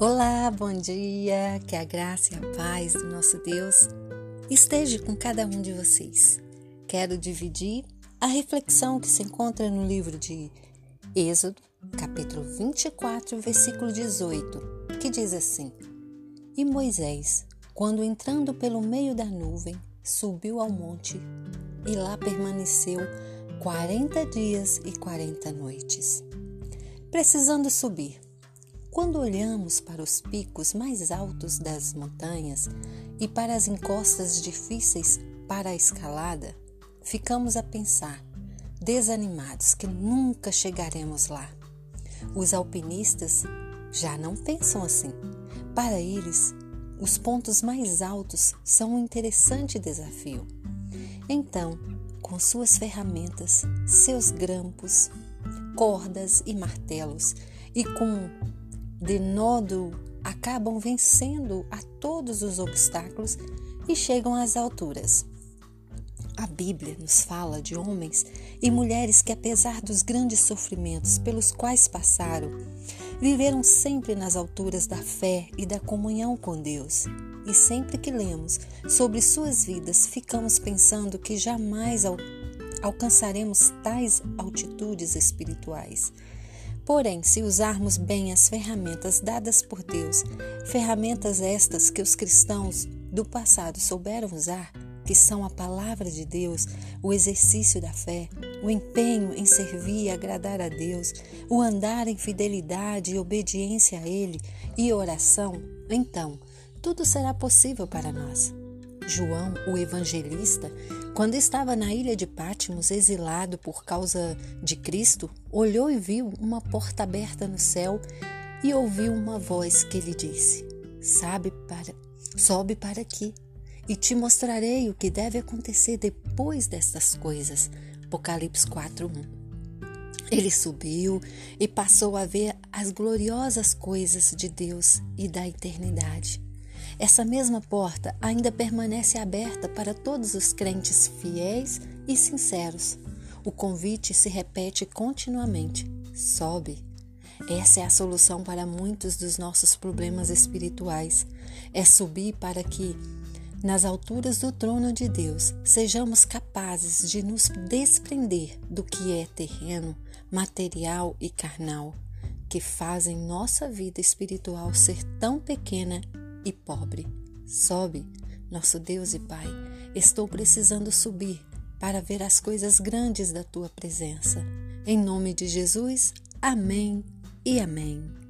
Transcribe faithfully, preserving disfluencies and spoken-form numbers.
Olá, bom dia, que a graça e a paz do nosso Deus esteja com cada um de vocês. Quero dividir a reflexão que se encontra no livro de Êxodo, capítulo vinte e quatro, versículo dezoito, que diz assim: E Moisés, quando entrando pelo meio da nuvem, subiu ao monte e lá permaneceu quarenta dias e quarenta noites. Precisando subir. Quando olhamos para os picos mais altos das montanhas e para as encostas difíceis para a escalada, ficamos a pensar, desanimados, que nunca chegaremos lá. Os alpinistas já não pensam assim. Para eles, os pontos mais altos são um interessante desafio. Então, com suas ferramentas, seus grampos, cordas e martelos, e com de nodo acabam vencendo a todos os obstáculos e chegam às alturas. A Bíblia nos fala de homens e mulheres que, apesar dos grandes sofrimentos pelos quais passaram, viveram sempre nas alturas da fé e da comunhão com Deus. E sempre que lemos sobre suas vidas, ficamos pensando que jamais al- alcançaremos tais altitudes espirituais. Porém, se usarmos bem as ferramentas dadas por Deus, ferramentas estas que os cristãos do passado souberam usar, que são a palavra de Deus, o exercício da fé, o empenho em servir e agradar a Deus, o andar em fidelidade e obediência a Ele e oração, então tudo será possível para nós. João, o evangelista, quando estava na ilha de Patmos, exilado por causa de Cristo, olhou e viu uma porta aberta no céu e ouviu uma voz que lhe disse: Sabe para, sobe para aqui e te mostrarei o que deve acontecer depois destas coisas. Apocalipse quatro, um. Ele subiu e passou a ver as gloriosas coisas de Deus e da eternidade. Essa mesma porta ainda permanece aberta para todos os crentes fiéis e sinceros. O convite se repete continuamente: sobe. Essa é a solução para muitos dos nossos problemas espirituais. É subir para que, nas alturas do trono de Deus, sejamos capazes de nos desprender do que é terreno, material e carnal, que fazem nossa vida espiritual ser tão pequena e pobre. Sobe, nosso Deus e Pai, estou precisando subir para ver as coisas grandes da Tua presença. Em nome de Jesus, amém e amém.